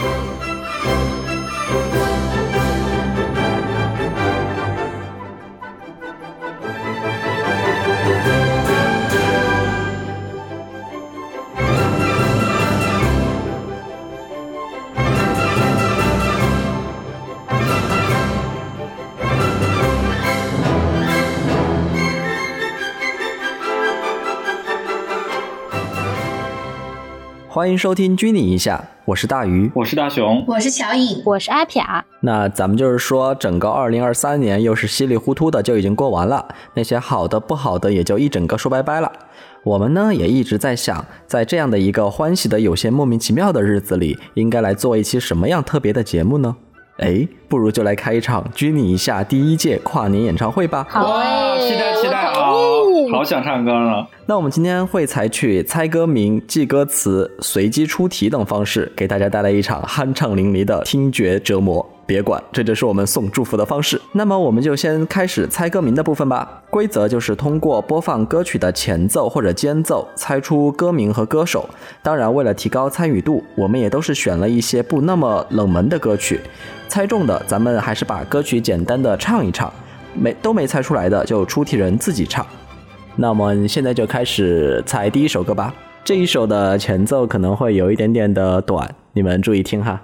欢迎收听拘你一下，我是大鱼， 我是大熊， 我是小颖， 我是阿撇。 那咱们就是说整个2023年又是稀里糊涂的就已经过完了，那些好的不好的也就一整个说拜拜了。我们呢也一直在想，在这样的一个欢喜的有些莫名其妙的日子里，应该来做一期什么样特别的节目呢？不如就来开一场拘你一下第一届跨年演唱会吧。 哇，期待好想唱歌了。 那我们今天会采取猜歌名、记歌词、随机出题等方式，给大家带来一场酣畅淋漓的听觉折磨。别管，这就是我们送祝福的方式。那么我们就先开始猜歌名的部分吧。规则就是通过播放歌曲的前奏或者间奏，猜出歌名和歌手。当然，为了提高参与度，我们也都是选了一些不那么冷门的歌曲。猜中的，咱们还是把歌曲简单的唱一唱；都没猜出来的，就出题人自己唱。那我们现在就开始猜第一首歌吧。这一首的前奏可能会有一点点的短，你们注意听哈。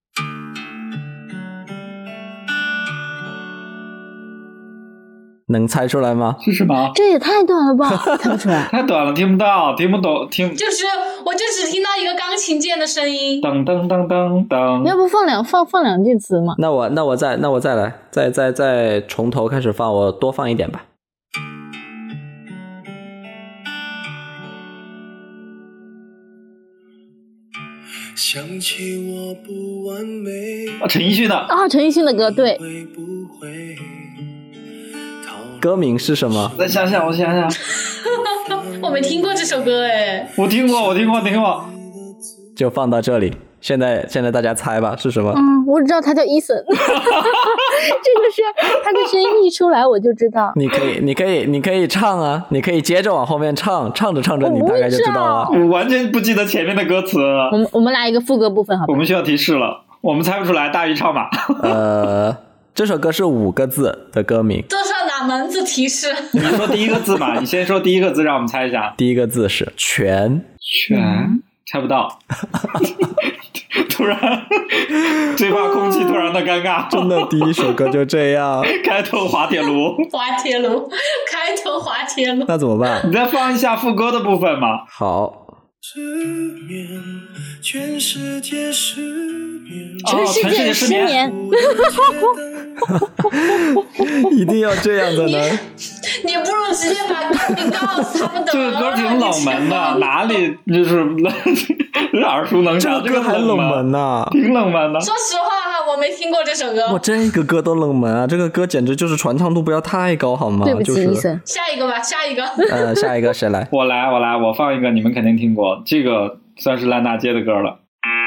能猜出来吗？ 是什么？ 这也太短了吧，猜不出来。 太短了，听不到，听不懂， 就是我就只听到一个钢琴键的声音。 噔噔噔噔噔。 要不放两句词嘛？ 那我再来，再从头开始放，我多放一点吧。 想起我不完美。 陈奕迅的啊，陈奕迅的歌，对。 歌名是什么？ 我想想我没听过这首歌哎。 我听过。 就放到这里。现在大家猜吧，是什么？ 我知道他叫Eason。这个是他的声音一出来我就知道。 你可以唱啊，你可以接着往后面唱，唱着你大概就知道了。 我完全不记得前面的歌词。 我们来一个副歌部分好吧？ 我们需要提示了，我们猜不出来，大鱼唱吧。 这首歌是5个字的歌名。 多少哪门子提示？ 你说第一个字嘛，你先说第一个字让我们猜一下。 第一个字是全。 猜不到。突然最怕空气突然的尴尬。 真的第一首歌就这样。 开头滑铁卢， 开头滑铁卢。 那怎么办？ 你再放一下副歌的部分嘛。 好。 全世界失眠。 全世界失眠。 一定要这样的呢？ 你不如直接把歌名告诉他们得了。 这个歌挺冷门的，哪里就是耳熟能详。 这个歌还冷门啊， 挺冷门的。 说实话哈，我没听过这首歌。 哇，这个歌都冷门啊！这个歌简直就是传唱度不要太高好吗？ 对不起，医生。 下一个吧，下一个。 下一个谁来？ 我来，我放一个，你们肯定听过，这个算是烂大街的歌了。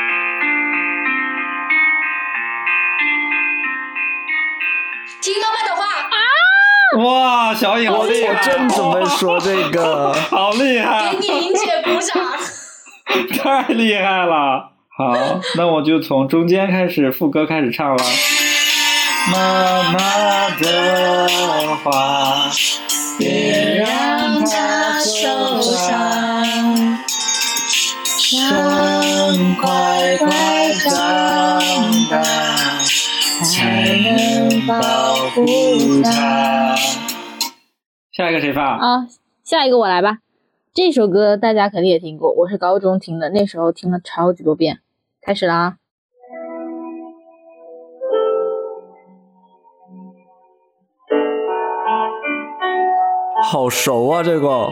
听妈妈的话啊！ 哇，小颖好厉害！ 我真准备说这个， 好厉害！ 给你莹姐鼓掌。 太厉害了！好，那我就从中间开始，副歌开始唱了。妈妈的话，别让她受伤，想快快长大，才能保护她。下一个谁发？ 下一个我来吧。这首歌大家肯定也听过，我是高中听的，那时候听了超级多遍。开始了啊！ 好熟啊，这个。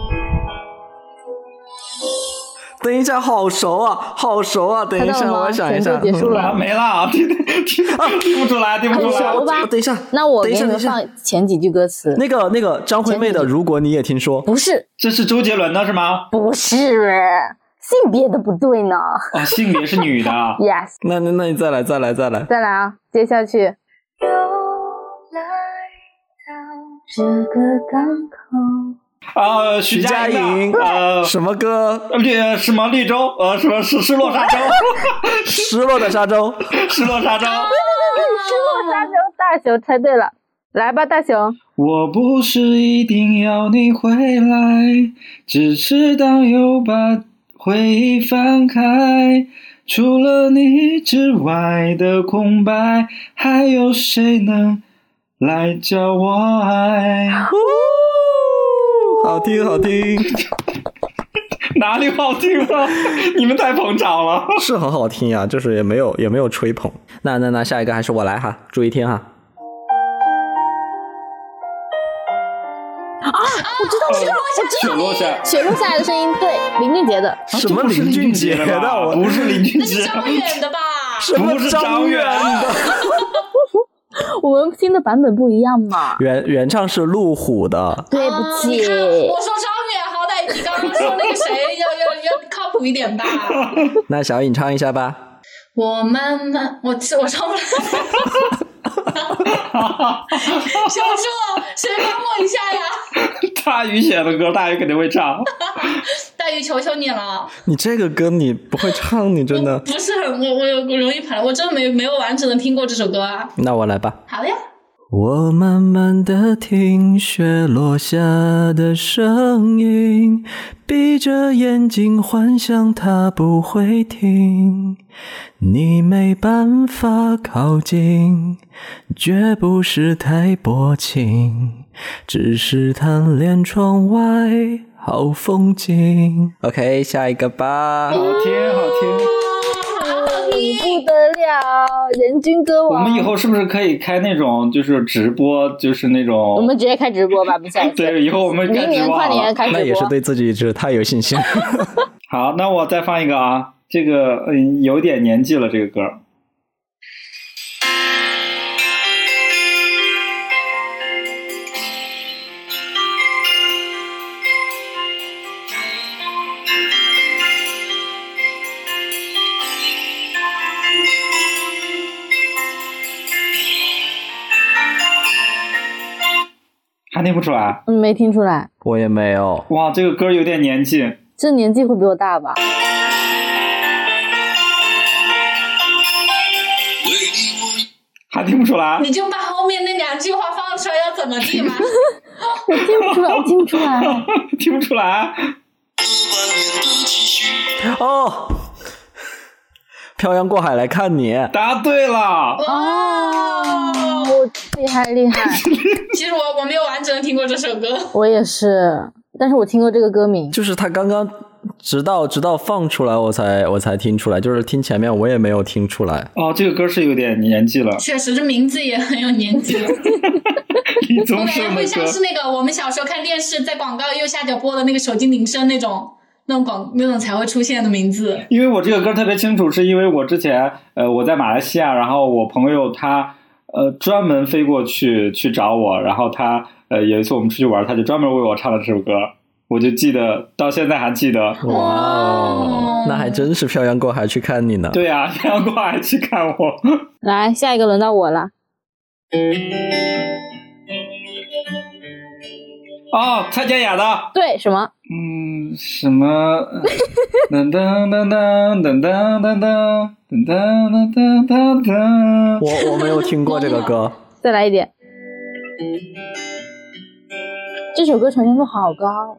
等一下，好熟啊！等一下，我想一下。 结束了， 没了，听不出来。 很熟吧？ 等一下， 那我给你们放前几句歌词。 那个张惠妹的《如果你也听说》。 不是， 这是周杰伦的是吗？ 不是，性别的不对呢。 性别是女的。 Yes。 那你再来啊！接下去。又来到这个港口。 徐佳莹什么歌？ 什么绿洲？什么失落沙洲？ 失落的沙洲， 失落沙洲。 对，失落沙洲，大熊猜对了，来吧，大熊。 我不是一定要你回来，只是当又把回忆翻开，除了你之外的空白，还有谁能来教我爱？ 好听好听。 哪里好听了？你们太捧场了。 是很好听啊，就是也没有吹捧。那下一个还是我来哈，注意听哈。 我知道，雪落下来的声音，对，林俊杰的。 什么林俊杰的？ 不是林俊杰， 那是张远的吧？ 什么张远的？ 我们听的版本不一样嘛。 原唱是路虎的。 对不起， 你看我说张远，好歹比刚刚说那个谁要靠谱一点吧。 那小颖唱一下吧。 我慢慢，我唱不来。小树，谁帮我一下呀？ 大鱼写的歌，大鱼肯定会唱。 大鱼，求求你了！ 你这个歌你不会唱，你真的不是很，我容易跑，我真的没有完整的听过这首歌啊。 那我来吧。 好的呀。 我慢慢地听雪落下的声音，闭着眼睛幻想它不会停，你没办法靠近，绝不是太薄情，只是贪恋窗外好风景。 OK， 下一个吧。 好听好听， 不得了，人均歌王。 我们以后是不是可以开那种就是直播，就是那种我们直接开直播吧，不下一次。 对，以后我们开直播明年跨年开直播。 那也是对自己是太有信心。 好，那我再放一个啊，这个有点年纪了，这个歌。还听不出来？ 没听出来。 我也没有。 哇，这个歌有点年纪。 这年纪会比我大吧？ 还听不出来？ 你就把后面那两句话放出来，要怎么地嘛？ 我听不出来，我听不出来。 听不出来。 哦，漂洋过海来看你， 答对了。 哦，厉害厉害。 其实我没有完整的听过这首歌。 我也是，但是我听过这个歌名。 就是他刚刚直到放出来我才听出来，就是听前面我也没有听出来。 哦，这个歌是有点年纪了。 确实，这名字也很有年纪了。 李宗盛的歌。 我感觉会像是那个我们小时候看电视，在广告右下角播的那个手机铃声那种才会出现的名字。 因为我这个歌特别清楚，是因为我之前我在马来西亚，然后我朋友他专门飞过去找我，然后他有一次我们出去玩，他就专门为我唱了这首歌，我就记得，到现在还记得。 哇哦，那还真是漂洋过海去看你呢。 对啊，漂洋过海去看我。 来，下一个轮到我了。 哦，蔡健雅的。 对，什么？ 什么？噔噔噔噔噔噔噔噔噔噔噔噔噔。 我没有听过这个歌。 再来一点。这首歌传唱度好高。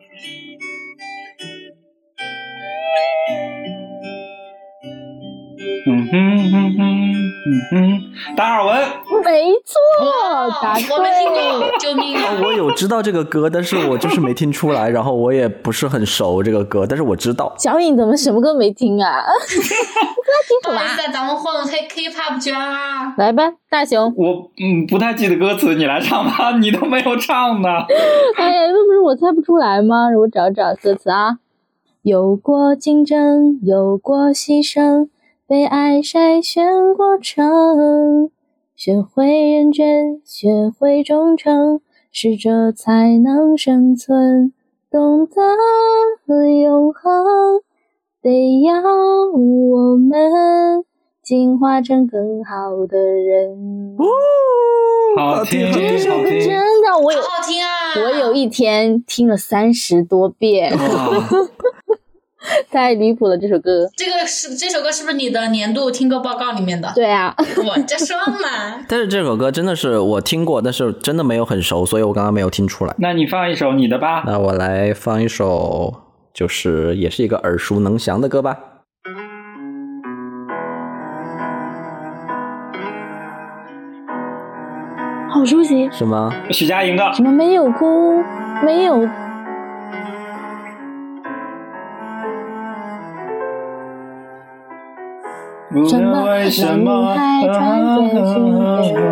达尔文。 没错，答对。 我没听过，救命啊！ 我有知道这个歌，但是我就是没听出来，然后我也不是很熟这个歌，但是我知道。 小颖怎么什么歌没听啊？ 不好意思，咱们混K-pop 圈啊！ 来吧，大熊。 我不太记得歌词，你来唱吧，你都没有唱呢。 哎呀，那不是我猜不出来吗？我找找歌词啊。有过竞争，有过牺牲，被爱筛选过程，学会认真，学会忠诚，适者才能生存，懂得永恒，得要我们进化成更好的人。 好听， 这首歌真的， 好好听啊！ 我有一天听了30多遍，太离谱了这首歌。 这首歌是不是你的年度听歌报告里面的？ 对啊， 我就说嘛。 但是这首歌真的是我听过，但是真的没有很熟，所以我刚刚没有听出来。 那你放一首你的吧。 那我来放一首，就是也是一个耳熟能详的歌吧。 好熟悉。 是吗？ 许佳莹的。 什么没有哭，没有。什么为什么？ 男女孩穿越心给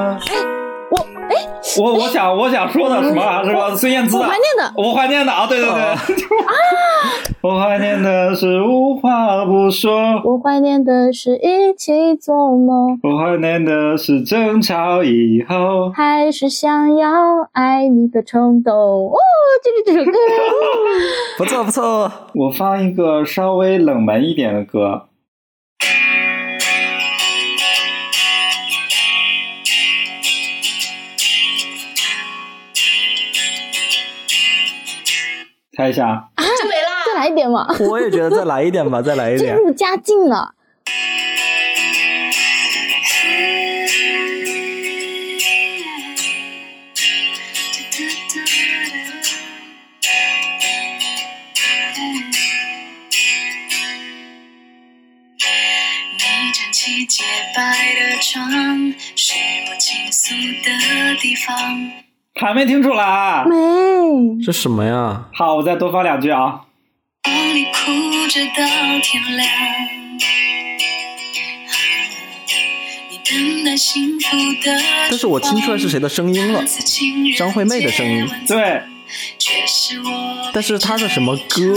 我。 我想说的什么啊？是吧？孙燕姿的。我怀念的啊，对对对。我怀念的是无话不说。 我怀念的是一起做梦。 我怀念的是争吵以后， 还是想要爱你的冲动。哦，就是这首歌。 不错不错。 我放一个稍微冷门一点的歌。猜一下就没啦， 再来一点嘛。 我也觉得再来一点吧，再来一点。 渐入佳境了。 你站起洁白的床，是我倾诉的地方。 还没听出来？ 没。 是什么呀？ 好，我再多放2句啊。 你哭着到天亮，你等待幸福的。 但是我听出来是谁的声音了，张惠妹的声音。 对。 但是她的什么歌？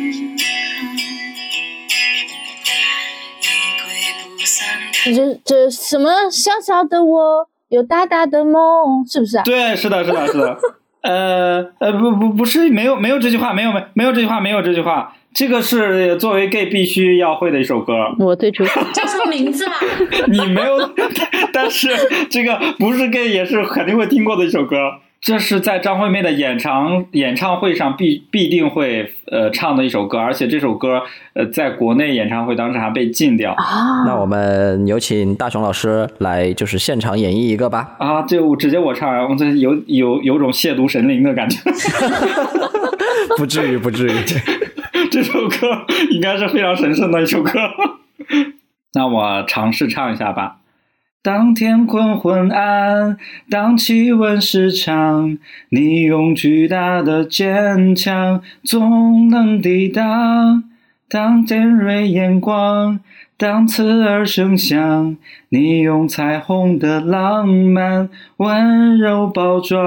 这什么小小的我有大大的梦，是不是啊？ 对，是的，是的，是的。不是，没有这句话，没有这句话，没有这句话。这个是作为 gay 必须要会的一首歌。 我最初叫什么名字啊？ 你没有，但是这个不是 gay 也是肯定会听过的一首歌。这是在张惠妹的演唱会上必定会唱的一首歌，而且这首歌在国内演唱会当时还被禁掉。 那我们有请大雄老师来就是现场演绎一个吧。 啊，就直接我唱，我这有种亵渎神灵的感觉。 不至于不至于。 这首歌应该是非常神圣的一首歌。那我尝试唱一下吧。当天昏昏暗，当气温失常，你用巨大的坚强总能抵挡。当尖锐眼光，当刺耳声响，你用彩虹的浪漫温柔包装。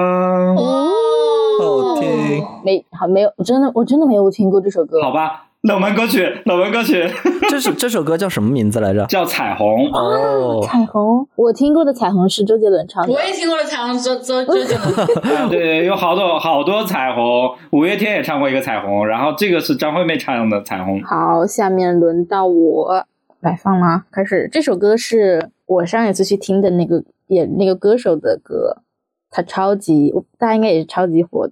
好听。 没有，我真的没有听过这首歌。 好吧，冷门歌曲。 这首歌叫什么名字来着？ 叫彩虹。 哦， 彩虹，我听过的彩虹是周杰伦唱的。 我也听过的彩虹，周杰伦。 对，有好多彩虹，五月天也唱过一个彩虹，然后这个是张惠妹唱的彩虹。 好，下面轮到我来放啦，开始。这首歌是我上一次去听的那个歌手的歌，他大家应该也是超级火的。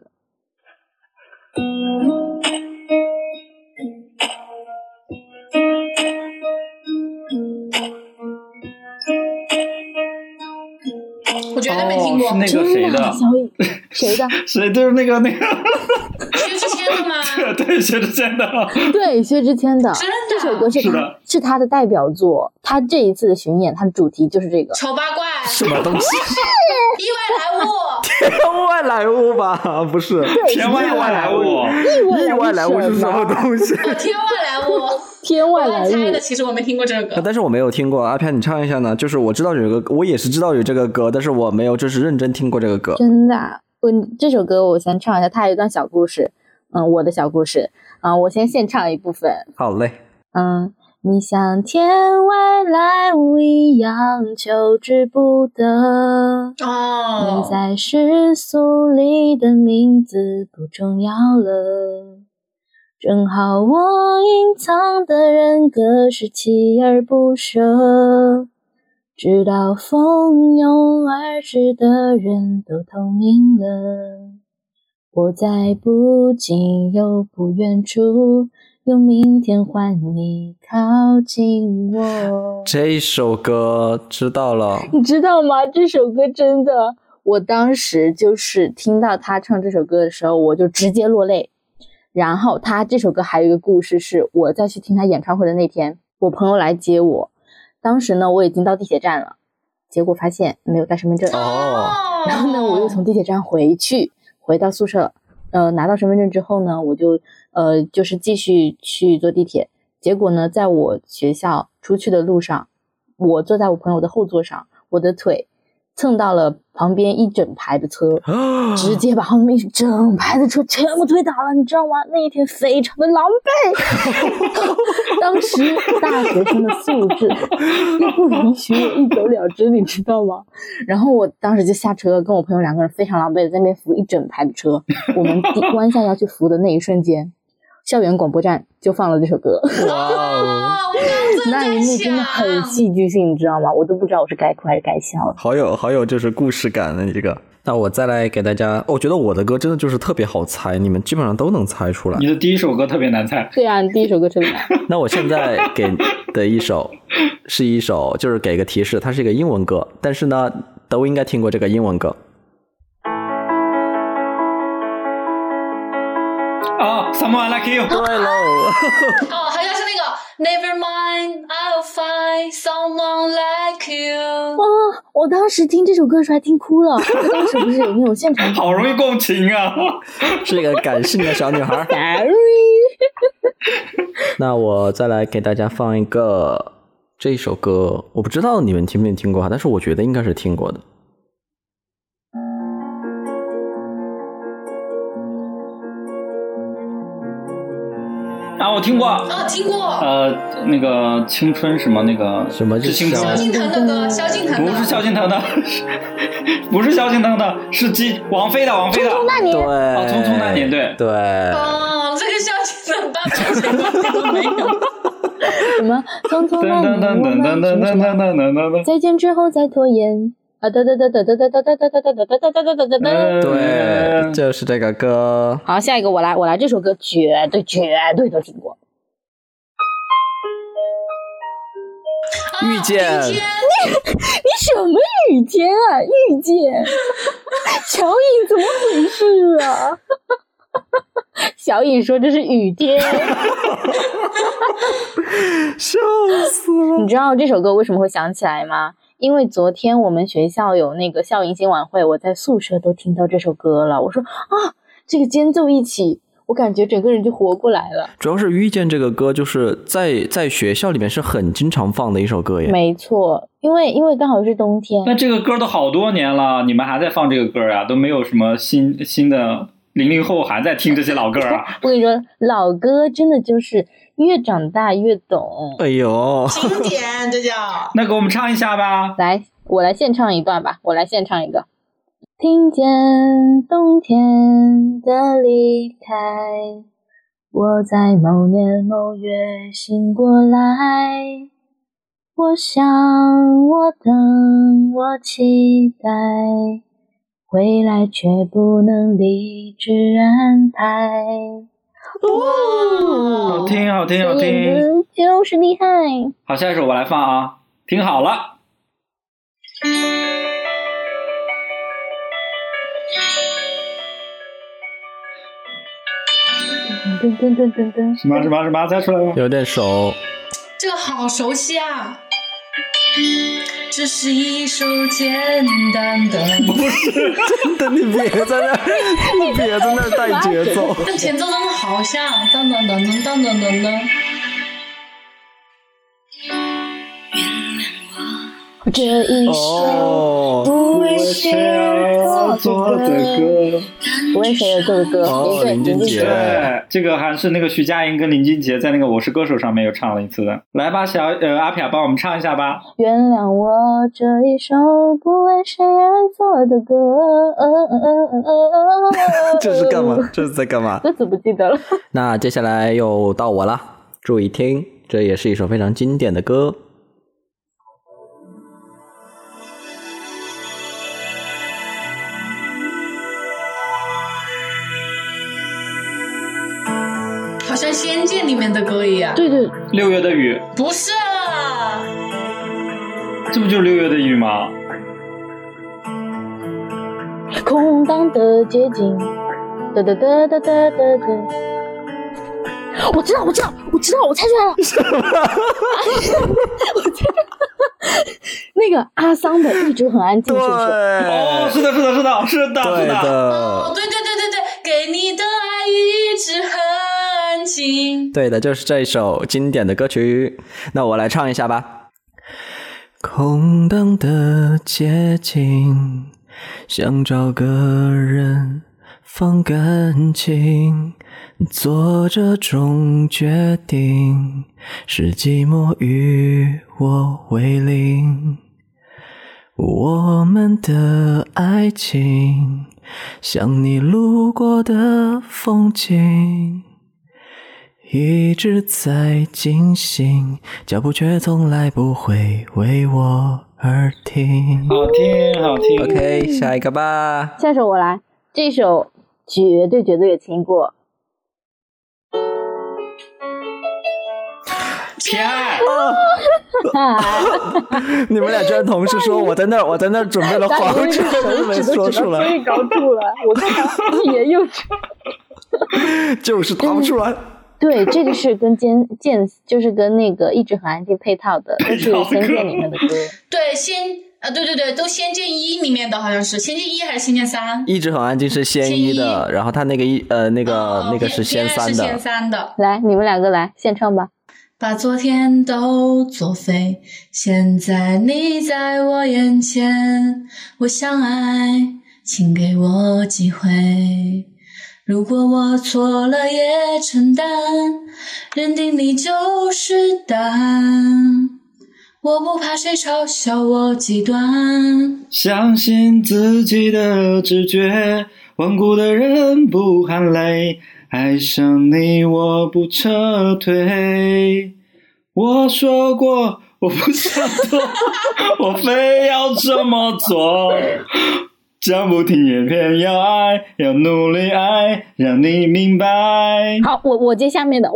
我绝对没听过。 是那个谁的？ 谁的？ 谁就是那个薛之谦的吗？ 对，薛之谦的。 对，薛之谦的。 真的？ 这首歌是他的代表作。他这一次的巡演，他的主题就是这个。 丑八怪。 什么东西？ 意外来物。 天外来物吧？不是。 天外来物。 意外来物是什么东西？ 天外来物。 天外来物。 猜的，其实我没听过这个歌。 但是我没有听过。阿飘，你唱一下呢？就是我知道有个，我也是知道有这个歌，但是我没有就是认真听过这个歌。 真的啊？这首歌我先唱一下，它有一段小故事。我的小故事我先现唱一部分。 好嘞。 你像天外来物一样求之不得。你在世俗里的名字不重要了。正好我隐藏的人格是锲而不舍，直到蜂拥而至的人都透明了。 我在不近又不远处，用明天换你靠近我。 这首歌知道了， 你知道吗？这首歌真的，我当时就是听到他唱这首歌的时候，我就直接落泪。然后他这首歌还有一个故事是，我在去听他演唱会的那天，我朋友来接我，当时呢我已经到地铁站了，结果发现没有带身份证。然后呢我又从地铁站回到宿舍，拿到身份证之后呢，我就是继续去坐地铁。结果呢，在我学校出去的路上，我坐在我朋友的后座上，我的腿蹭到了旁边一整排的车，直接把后面一整排的车全部推倒了，你知道吗？那一天非常的狼狈。当时大学生的素质又不允许我一走了之，你知道吗？然后我当时就下车，跟我朋友两个人非常狼狈的在那边扶一整排的车。我们弯下腰去扶的那一瞬间，校园广播站就放了这首歌。 哇， 那一幕真的很戏剧性，你知道吗？我都不知道我是该哭还是该笑。 好有就是故事感的你这个。那我再来给大家，我觉得我的歌真的就是特别好猜，你们基本上都能猜出来。 你的第一首歌特别难猜。 对啊，你第一首歌特别难。 那我现在给的一首是一首，就是给个提示，它是一个英文歌，但是呢都应该听过这个英文歌。 Someone Like You。 对喽。 好像是那个 Never mind, I'll find someone like you。 我当时听这首歌的时候还听哭了。当时不是有那种现场好容易共情啊。 是一个感性的小女孩。 Sorry。 那我再来给大家放一个，这一首歌我不知道你们听没听过，但是我觉得应该是听过的。 我听过。 听过。 那个青春什么那个什么？ 是青春？ 萧敬腾的歌，萧敬腾的。 不是萧敬腾的，不是萧敬腾的，是王菲的。 匆匆那年。 对。 匆匆那年，对。 对。 这个萧敬腾大家都没有。 什么？匆匆那年，我们再见之后再拖延。 对，就是这个歌。 好，下一个我来，这首歌绝对都听过。 遇见。 你什么雨天啊？遇见。小颖怎么回事啊？小颖说这是雨天。 笑死了。 你知道这首歌为什么会想起来吗？因为昨天我们学校有那个校迎新晚会，我在宿舍都听到这首歌了。我说这个间奏一起，我感觉整个人就活过来了。 主要是遇见这个歌，就是在学校里面是很经常放的一首歌耶。 没错，因为刚好是冬天。 那这个歌都好多年了，你们还在放这个歌啊？都没有什么新的00后还在听这些老歌啊？ 我跟你说，老歌真的就是越长大越懂。 哎呦， 经典，这叫。 那给我们唱一下吧。 来，我来献唱一段吧，我来献唱一个。听见冬天的离开，我在某年某月醒过来，我想，我等，我期待，回来却不能理智安排。 好听好听好听， 就是厉害。 好，下一首我来放啊，听好了。什么猜出来吗？ 有点熟。 这个好熟悉啊。这是一首简单的。 不是真的，你别在那儿带节奏。 这前奏真的好像当当当当当当当当。 这一首不为谁而作的歌，不为谁而作的歌， 林俊杰。 对，这个还是那个徐佳莹跟林俊杰在那个《我是歌手》上面有唱了一次的。来吧，阿撇帮我们唱一下吧。 原谅我这一首不为谁而作的歌。 这是干嘛？这是在干嘛？ 歌词不记得了。 那接下来又到我了，注意听，这也是一首非常经典的歌。 像《仙剑》里面的歌一样。 对对， 6月的雨， 不是啊， 这不就是6月的雨吗？ 空荡的街景，哒哒哒哒哒哒哒。我知道，我猜出来了。什么？我猜出来了。那个阿桑的一直很安静，是不是？ 哦，是的。 对的， 哦，对，给你的爱一直很近。 对的，就是这一首经典的歌曲。那我来唱一下吧。空荡的街景，想找个人放感情，做这种决定，是寂寞与我为邻。我们的爱情像你路过的风景，一直在进行，脚步却从来不会为我而停。 好听。 OK， 下一个吧。 下首我来，这首绝对有听过。 偏爱。 你们俩居然同时说，我在那儿准备了好久都没说出来， 被搞住了。我看他一言又出， 就是答不出来。 对，这个是跟就是跟那个一直很安静配套的，都是《仙剑》里面的歌。 对，对，都《仙剑1》里面的，好像是《仙剑1》还是《仙剑3》？ 一直很安静是仙一的，然后他那个那个是仙三的。 是仙3的。 来，你们两个来现唱吧。 把昨天都作废，现在你在我眼前，我想爱，请给我机会。如果我错了也承担，认定你就是答案，我不怕谁嘲笑我极端。 相信自己的直觉，顽固的人不含泪，爱上你我不撤退。我说过我不想做，我非要这么做，讲不听也偏要爱，要努力爱，让你明白。 好，我接下面的，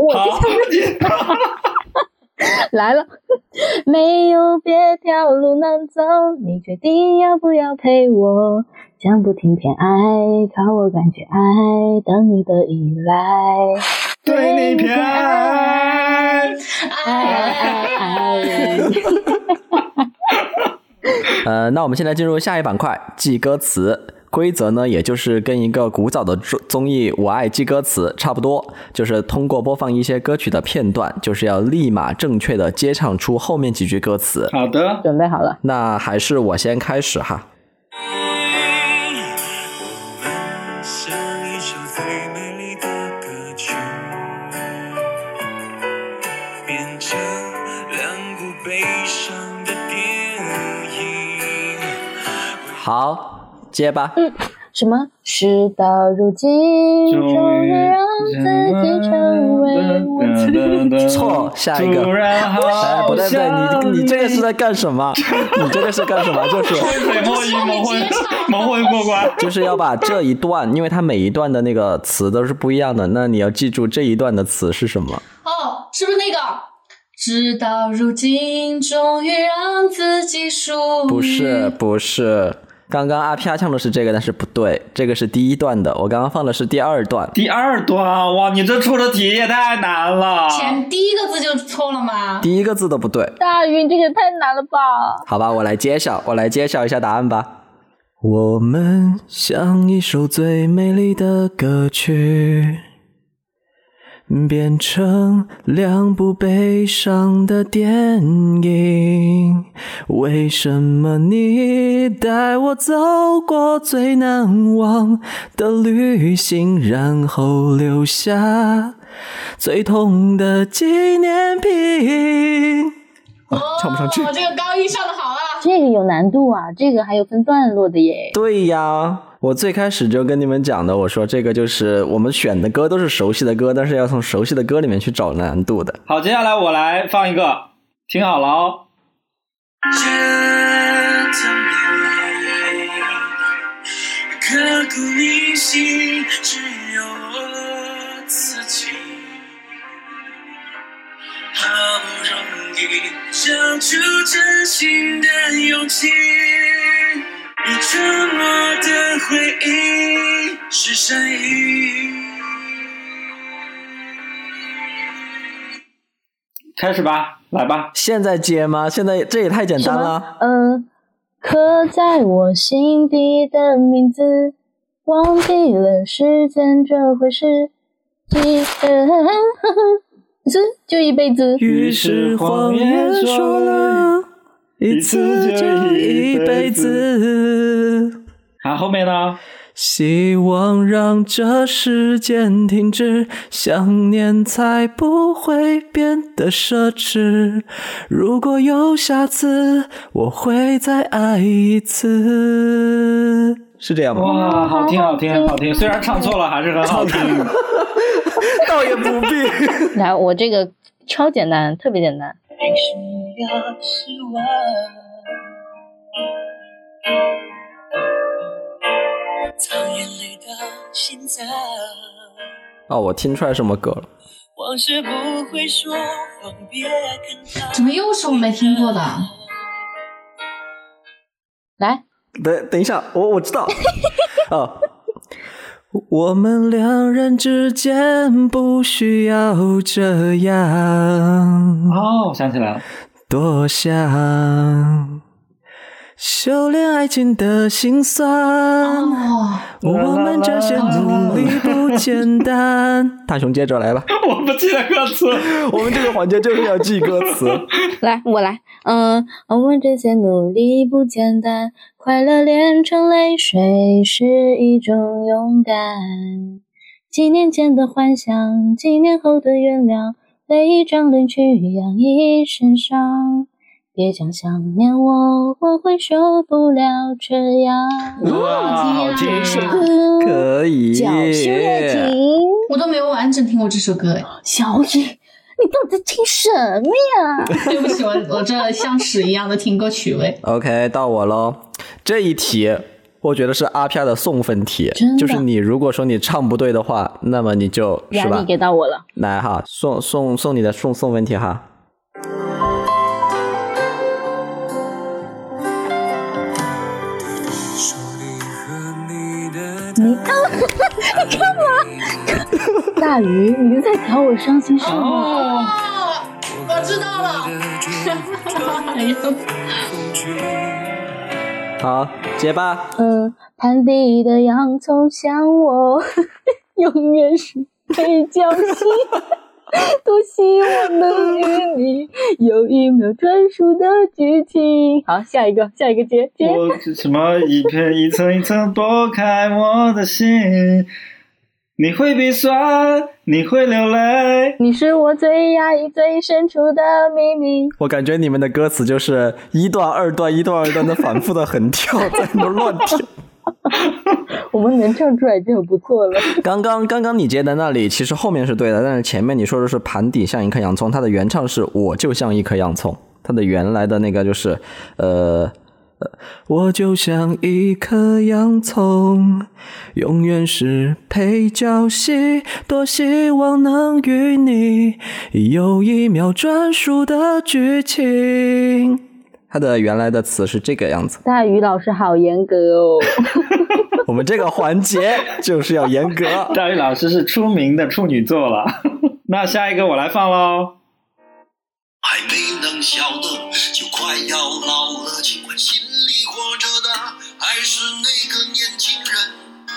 来了。没有别条路能走，你决定要不要陪我，讲不听偏爱，靠我感觉爱，等你的依赖， 对你偏爱， 那我们现在进入下一板块，记歌词。规则呢，也就是跟一个古早的综艺《我爱记歌词》差不多，就是通过播放一些歌曲的片段，就是要立马正确的接唱出后面几句歌词。 好的， 准备好了。 那还是我先开始哈。 像一首最美丽的歌曲，变成两部悲伤的电影。 好，接吧。 什么？事到如今，终于让自己成为我自己。 错，下一个。不对，你这个是在干什么？你这个是干什么？就是水墨鱼蒙混过关， 就是要把这一段，因为它每一段的那个词都是不一样的，那你要记住这一段的词是什么。 哦，是不是那个？直到如今，终于让自己属于。 不是。刚刚阿飘唱的是这个，但是不对，这个是第一段的，我刚刚放的是第二段。 第二段，哇，你这出的题也太难了。 第一个字就错了吗？ 第一个字都不对。 大云，这个太难了吧？ 好吧，我来揭晓一下答案吧。我们像一首最美丽的歌曲，变成两部悲伤的电影，为什么你带我走过最难忘的旅行，然后留下最痛的纪念品。唱不上去。 这个高音上的好啊。 这个有难度啊，这个还有分段落的耶。 对呀，我最开始就跟你们讲的，我说这个就是我们选的歌都是熟悉的歌，但是要从熟悉的歌里面去找难度的。 好，接下来我来放一个，听好了哦。 刻骨铭心，只有我自己。 好不容易交出真心的勇气，你沉默的回忆是善意。 开始吧，来吧。 现在接吗？现在这也太简单了。 刻在我心底的名字，忘记了时间这回事，就一辈子。 于是谎言说了一次就一辈子。 好，后面呢？ 希望让这时间停止，想念才不会变得奢侈。如果有下次，我会再爱一次。是这样吗？ 哇，好听好听好听，虽然唱错了还是很好听。 倒也不必。 来，我这个超简单，特别简单。 为什么要失望？藏眼泪的心脏。 哦，我听出来什么歌了。 往事不会说谎，别跟他。 怎么又是我没听过的？ 来， 等一下，我知道。哦，我们两人之间不需要这样。 哦，我想起来了。 多想修炼爱情的辛酸。 哦， 我们这些努力不简单。大雄接着来吧。 我不记得歌词。 我们这个环节就是要记歌词。 来，我来。我们这些努力不简单，快乐炼成泪水是一种勇敢。几年前的幻想，几年后的原谅，泪一张脸去养一身伤。别讲想念我会受不了这样。 哇，好听！ 可以。 叫修炼情， 我都没有完整听过这首歌哎。 小野，你到底在听什么呀？ 对不起，我这像屎一样的听歌曲味。 OK， 到我咯。这一题我觉得是阿飘的送分题，就是你如果说你唱不对的话，那么你就是吧？ 压力给到我了。 来哈，送你的送分题哈。 你干嘛？大鱼，你在挑我伤心事吗？ 哦，我知道了。 好，接吧。 盘底的洋葱像我，永远是配角戏。多希望能与你有一秒专属的剧情。好，下一个接。 我什么一片一层一层剥开我的心，你会鼻酸，你会流泪， 你是我最压抑最深处的秘密。 我感觉你们的歌词就是一段二段的反复的横跳，在那乱跳。 我们能唱出来就很不错了。 刚刚你接的那里其实后面是对的，但是前面你说的是盘底像一颗洋葱，它的原唱是我就像一颗洋葱，它的原来的那个就是我就像一颗洋葱，永远是配角戏，多希望能与你有一秒专属的剧情。它的原来的词是这个样子。 大鱼老师好严格哦。 我们这个环节就是要严格。 大鱼老师是出名的处女座了。那下一个我来放咯。 还没能晓得就快要老了，尽管心里活着的还是那个年轻人，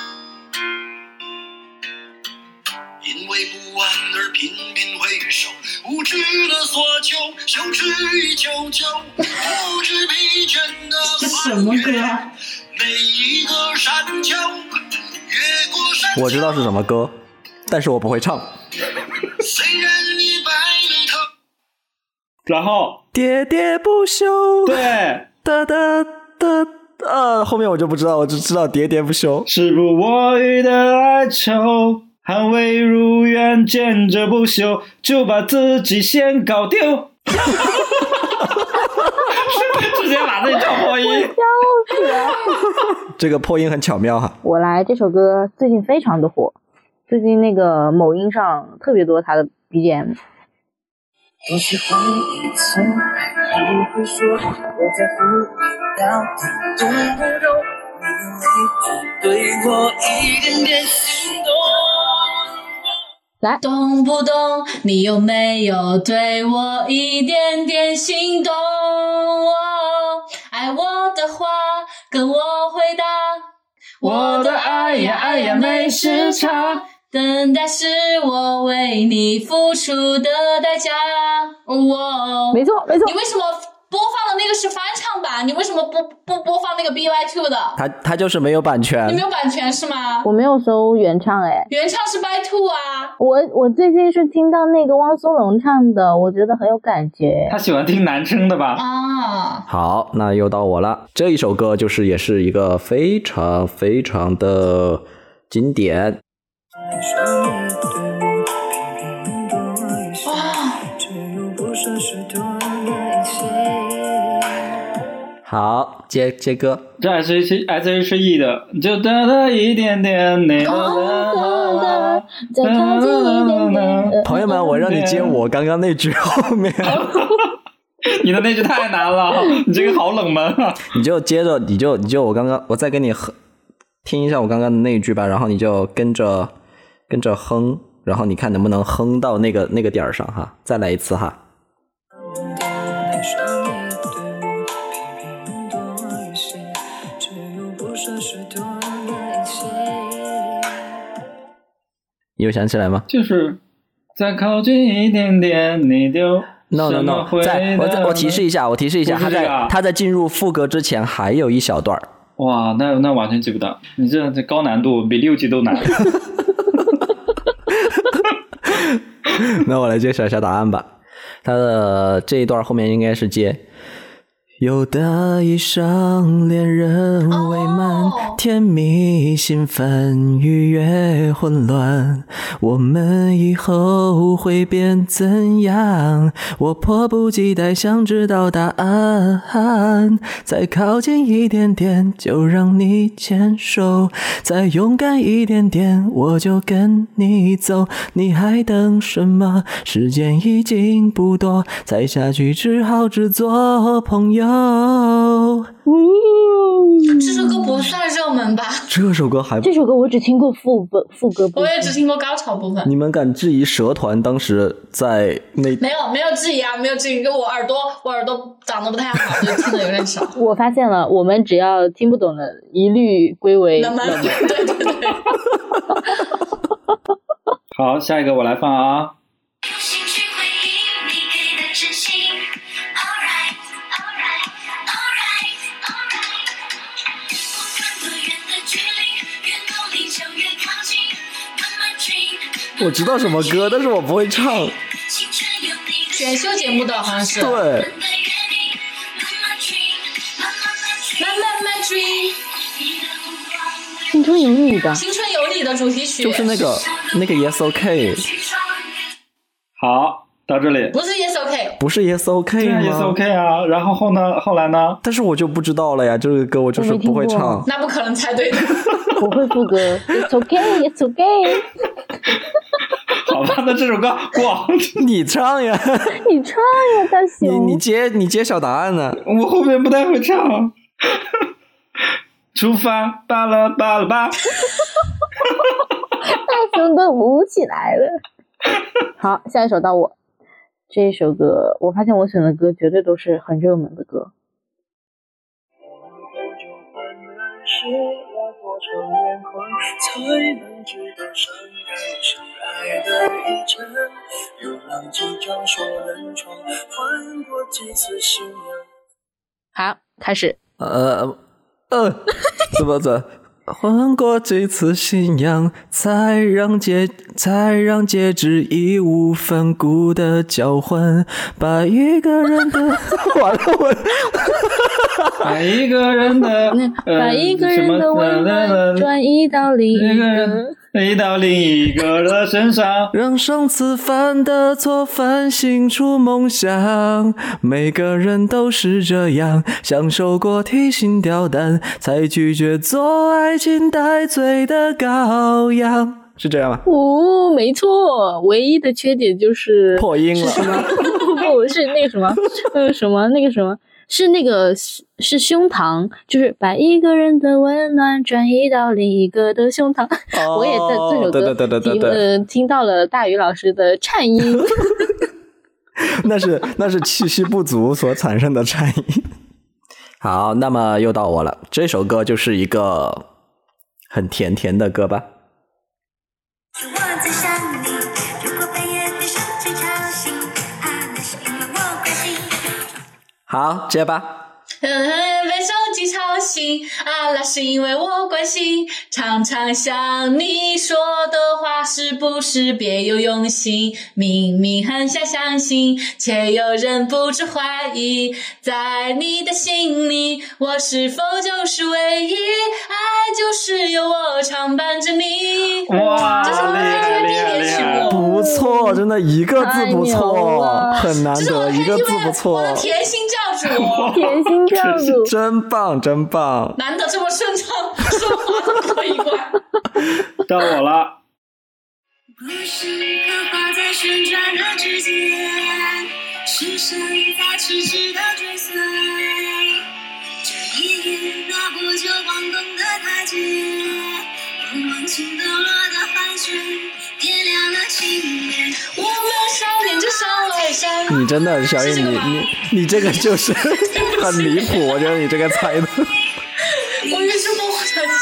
因为不安而频频回首，无知的索求，羞耻与求救，不知疲倦的这什么歌啊？ 每一个山丘，越过山丘。 我知道是什么歌，但是我不会唱。 虽然你白了头。 然后喋喋不休。 对， 哒哒哒后面我就不知道，我只知道喋喋不休。 时不我予的哀愁，捍卫如愿，坚着不休，就把自己先搞丢。直接把自己找破音。 笑死了。 这个破音很巧妙哈。 我来，这首歌最近非常的火，最近那个某音上特别多它的 BGM。 都是回忆，从来不会说我在乎你到底懂不懂，你有没有对我一点点心动？ 来， 懂不懂？你有没有对我一点点心动？爱我的话跟我回答， 我的爱呀爱呀没时差， 等待是我为你付出的代价。 没错没错你。为什么播放的那个是翻唱版？你为什么不播放那个 BY2 的？ 他就是没有版权你没。有版权是吗？ 我没有搜原唱哎， 原唱是 BY2 啊。 我最近是听到那个汪苏泷唱的，我觉得很有感觉。 他喜欢听男生的吧？ 啊， 好，那又到我了。这一首歌就是也是一个非常非常的经典。好，接歌。 这 S.H.E 的，就哒哒一点点，那个再靠近一点点。 朋友们，我让你接我刚刚那句后面。 你的那句太难了，你这个好冷门啊！ 你就接着，你就我再给你听一下我刚刚的那一句吧，然后你就跟着哼，然后你看能不能哼到那个点上哈，再来一次哈。你有想起来吗？ 就是再靠近一点点，你就 No， 我提示一下，他在进入副歌之前还有一小段。 哇，那完全记不到，你这高难度，比6级都难。 那我来揭晓一下答案吧。他的这一段后面应该是接有的一生恋人未满，甜蜜兴奋愉悦混乱，我们以后会变怎样？我迫不及待想知道答案，再靠近一点点就让你牵手，再勇敢一点点我就跟你走，你还等什么？时间已经不多，再下去只好只做朋友。 这首歌不算热门吧？ 这首歌我只听过副歌部分， 我也只听过高潮部分。 你们敢质疑蛇团当时在那？ 没有质疑啊，没有质疑，因为我耳朵长得不太好，就听得有点少。 我发现了，我们只要听不懂的，一律归为冷门。对。 好，下一个我来放啊。 我知道什么歌，但是我不会唱。 选秀节目的好像是。 对。 青春有你的。 青春有你的主题曲。 就是那个 Yes OK。 好，到这里。 不是 Yes OK。 不是 Yes OK 吗？ Yes OK 啊，然后后来呢？ 但是我就不知道了呀，这个歌我就是不会唱。 那不可能猜对的。 我会副歌 It's OK It's OK。 好吧，那这首歌过。 你唱呀。 你唱呀，大熊。 你揭晓答案呢？ 我后面不太会唱。出发，巴拉巴拉巴。 大熊都舞起来了。好，下一首到我。这一首歌，我发现我选的歌绝对都是很热门的歌。好，开始。 怎么换过几次信仰，才让戒指义无反顾的交换，把一个人的完了我把一个人的温暖转移到另一个的身上， 让上次犯的错反省出梦想，每个人都是这样，享受过提心吊胆，才拒绝做爱情带罪的羔羊，是这样吗？ 没错，唯一的缺点就是破音了。 后是那个什么是那个是胸膛，就是把一个人的温暖转移到另一个的胸膛。我也在这首歌对听到了大宇老师的颤音。 那是气息不足所产生的颤音。好，那么又到我了，这首歌就是一个很甜甜的歌吧。 我在想你，如果半夜被手机吵醒，那是因为我关心。 好，接吧。 被手机吵醒，那是因为我关心。常常想你说的话是不是别有用心？明明很想相信，却又忍不住怀疑。在你的心里，我是否就是唯一？爱就是有我常伴着你。 哇， 这首歌是厉害！ 不错，真的一个字不错，很难得一个字不错。 我的甜心教主， 甜心教主， 真棒，真棒！ 难得这么顺畅，说话都可以关。 到我了。 故事刻画在旋转的指尖，是谁在痴痴的追随？这一夜那不久晃动的台阶，我忘情抖落的帆水，点亮了青烟。 我们少年就上来山。 你真的，小雨，你这个就是很离谱，我觉得你这个猜的。 我也是不相信。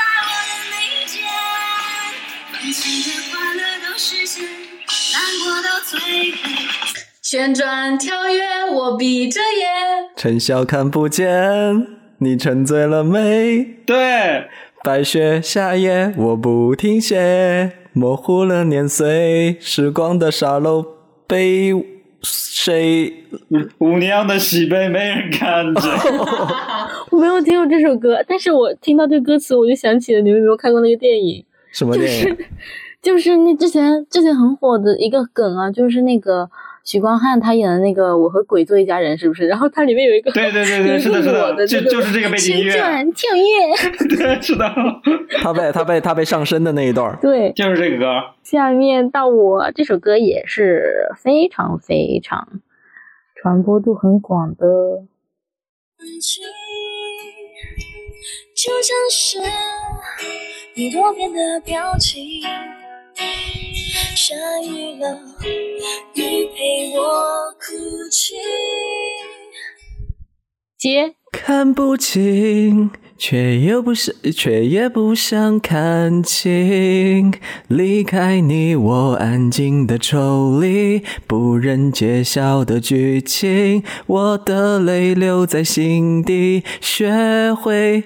旋转跳跃，我闭着眼。 趁笑看不见，你沉醉了没？ 对， 白雪夏夜，我不停歇，模糊了年岁，时光的沙漏被谁？ 舞娘的喜悲没人看见。 我没有听过这首歌，但是我听到这歌词，我就想起了你们有没有看过那个电影？ 什么电影？ 就是那之前很火的一个梗啊，就是那个许光汉他演的那个《我和鬼做一家人》，是不是？然后它里面有一个对，是的，就是这个背景音乐， 旋转跳跃。 对，是的。 他被上身的那一段， 对， 就是这个歌。 下面到我，这首歌也是非常非常传播度很广的。 就像是一多变的表情，下雨了，雨陪我哭泣。 接看不清，却也不想看清，离开你我安静的抽离，不忍揭晓的剧情，我的泪留在心底，学会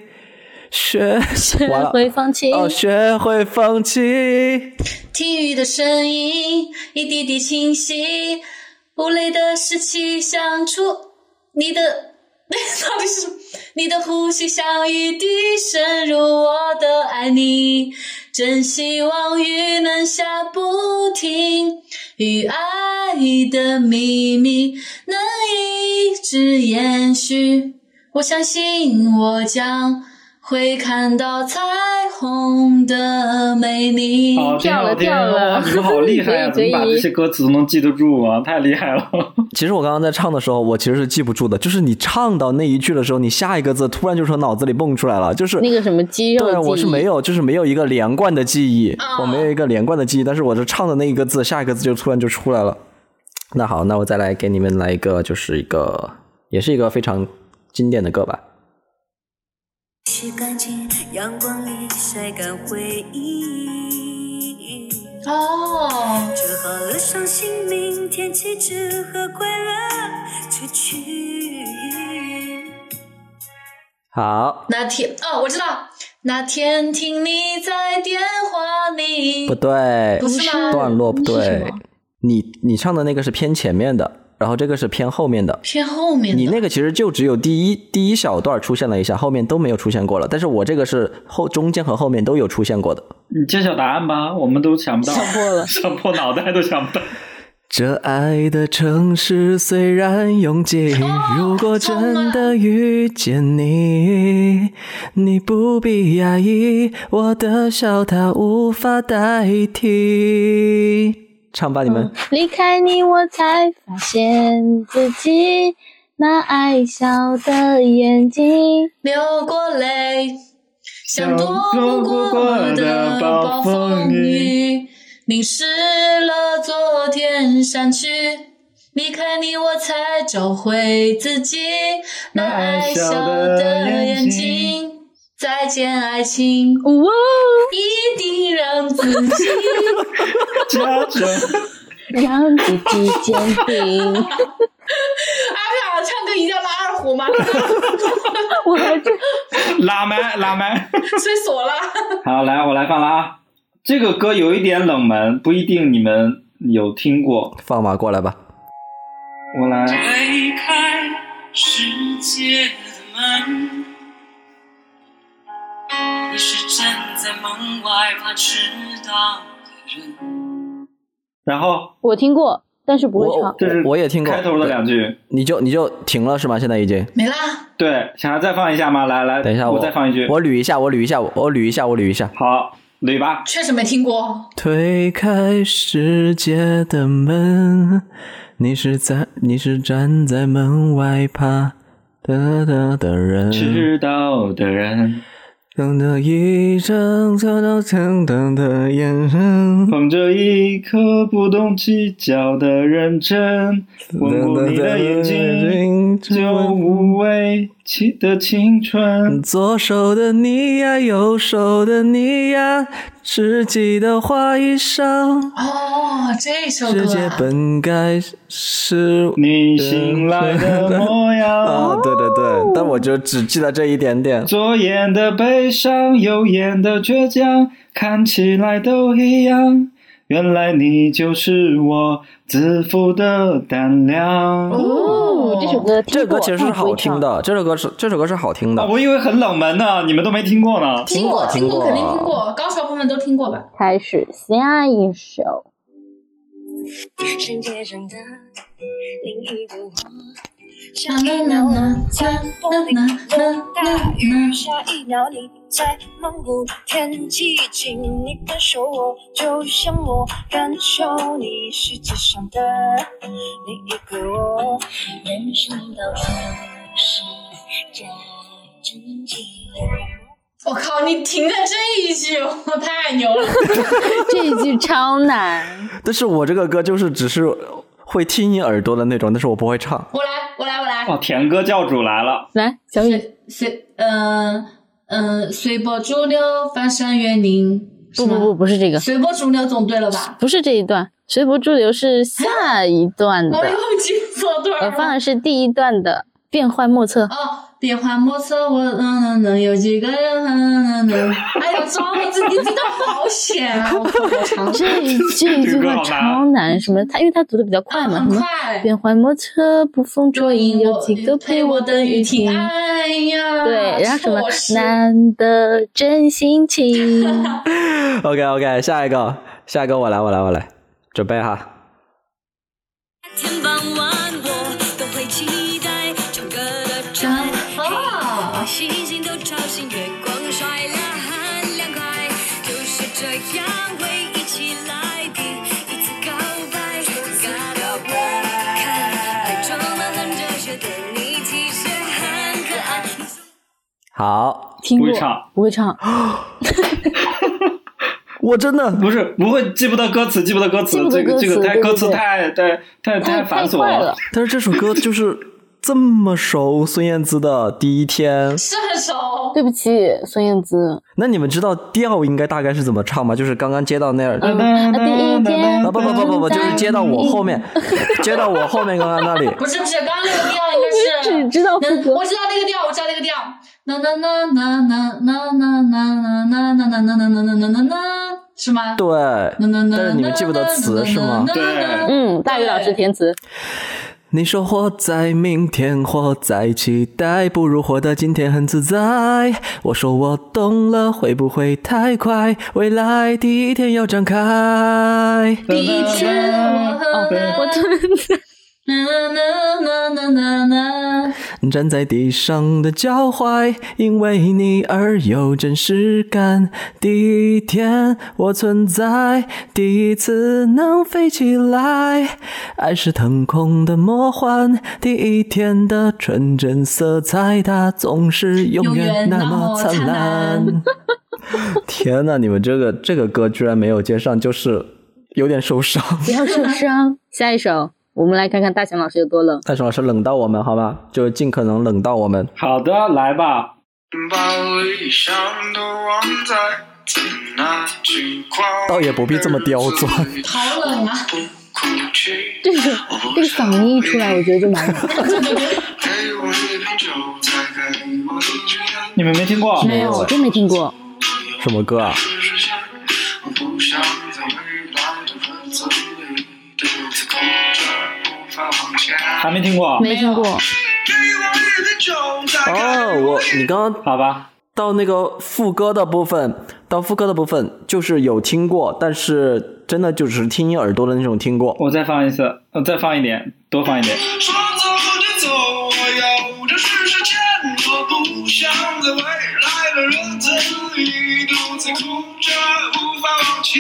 放弃， 学会放弃。 听雨的声音一滴滴清晰，无泪的湿气像出你的到底是你的呼吸像雨滴渗入我的爱你，真希望雨能下不停，与爱的秘密能一直延续，我相信我将会看到彩虹的美丽。 好听好听， 了你们好厉害啊！怎么把这些歌词都能记得住啊？太厉害了！ 其实我刚刚在唱的时候，我其实是记不住的，就是你唱到那一句的时候，你下一个字突然就从脑子里蹦出来了，就是那个什么肌肉记忆。 对，我是没有，就是没有一个连贯的记忆，我没有一个连贯的记忆，但是我是唱的那一个字，下一个字就突然就出来了。那好，那我再来给你们来一个，就是也是一个非常经典的歌吧。 洗干净阳光里晒干回忆， 哦， 折好了伤心，明天起只和快乐出去。 好， 那天我知道，那天听你在电话里， 不对， 不是吗？ 段落不对是什么， 你唱的那个是偏前面的，然后这个是偏后面的。 偏后面的。 你那个其实就只有第一小段出现了一下，后面都没有出现过了。但是我这个是中间和后面都有出现过的。 你揭晓答案吧，我们都想不到， 想破了， 想破脑袋都想不到。 这爱的城市虽然拥挤，如果真的遇见你，你不必压抑，我的笑它无法代替。 唱吧你们。 离开你我才发现自己那爱笑的眼睛， 流过泪，像躲不过的暴风雨，淋湿了昨天山区。离开你我才找回自己那爱笑的眼睛。再见爱情， 哇， 一定让自己加着让自己坚定。 阿飘唱歌一定要拉二胡吗？ 我还真拉麦吹锁了。 好，来我来放了啊。这个歌有一点冷门，不一定你们有听过。 放马过来吧。 我来。 推开世界的门，你是站在门外怕迟到的人。 然后我听过，但是不会唱。 这是我也听过开头的两句。 你就停了是吗？现在已经没啦。 对，想要再放一下吗？来， 等一下我再放一句。 我捋一下。 好，捋吧。 确实没听过。 推开世界的门，你是站在门外怕的人， 迟到的人， 等的一声等的眼神， 捧着一颗不动起脚的认真，吻过你的眼睛，就无畏的青春。 左手的你呀，右手的你呀，世纪的花衣裳。 哦，这首歌、 世界本该是你醒来的模样。 啊，对对对，但我就只记得这一点点。 左眼的悲伤，右眼的倔强，看起来都一样。原来你就是我自负的胆量。 哦， 这首歌听过， 这首歌其实是好听的，这首歌是好听的。 我以为很冷门呢，你们都没听过呢。 听过， 听过肯定听过，高潮部分都听过吧？ 开始下一首。 世界上的另一个我， 啦啦啦在玻璃落大雨，下一秒你在蒙古天气请你感受我，就像我感受你世界上的另一个我。人生到处是这真经。 我靠，你停在这一句，我太牛了！ 这一句超难。 但是我这个歌就是只是会听你耳朵的那种，但是我不会唱。 我来。 哦，甜歌教主来了。 来，小雨， 随波逐流，翻山越岭。 不是这个， 随波逐流总对了吧？ 不是这一段，随波逐流是下一段的。 我又记错段了。 我放的是第一段的变幻莫测。 哦，变幻莫测，我能有几个人？哎呀，糟了，这你真的好险啊！我靠，好长。 这一句话超难，什么？因为他读的比较快嘛， 很什么快。 变幻莫测，捕风捉影，有几个陪我等雨停。 哎呀， 对，然后什么难得真心情。 OK， 下一个我来，准备哈。 天傍晚我都会期待唱歌的站，星星都吵醒，月光晒了很凉快，就是这样会一起来第一次告白，感到不看，爱装得很哲学的你其实很可爱。 好， 听过，不会唱。 我真的不会记不得歌词，这个歌词太繁琐了。 但是这首歌就是这么熟，孙燕姿的第一天是很熟。 对不起，孙燕姿。 那你们知道调应该大概是怎么唱吗？就是刚刚接到那儿， 第一天不，就是接到我后面刚刚那里。 不是，刚刚那个调应该是。 只知道副歌。 我知道那个调。是吗？ 对，但是你们记不得词是吗？ 对， 大宇老师填词。 你说活在明天，活在期待，不如活得今天很自在。我说我懂了，会不会太快？未来第一天要展开。 第一天我站在地上的脚踝，因为你而有真实感。第一天我存在，第一次能飞起来，爱是腾空的魔幻，第一天的纯真色彩，它总是永远那么灿烂。天哪，你们这个歌居然没有接上，就是有点受伤。 不要受伤。下一首我们来看看大强老师有多冷。 大雄老师冷到我们好吧，就尽可能冷到我们。 好的，来吧。 把理想都忘在那句话， 倒也不必这么刁钻。 好冷啊！ 这个嗓音一出来，我觉得就蛮冷的。 你们没听过？ 没有，真没听过。 什么歌啊？ 还没听过？ 没听过。 哦，你刚刚好吧， 到那个副歌的部分，就是有听过，但是真的就只是听你耳朵的那种听过。 我再放一次，再放一点，多放一点。 说走就走，我要的是时间，我不想在未来的日子里独自哭着无法往前。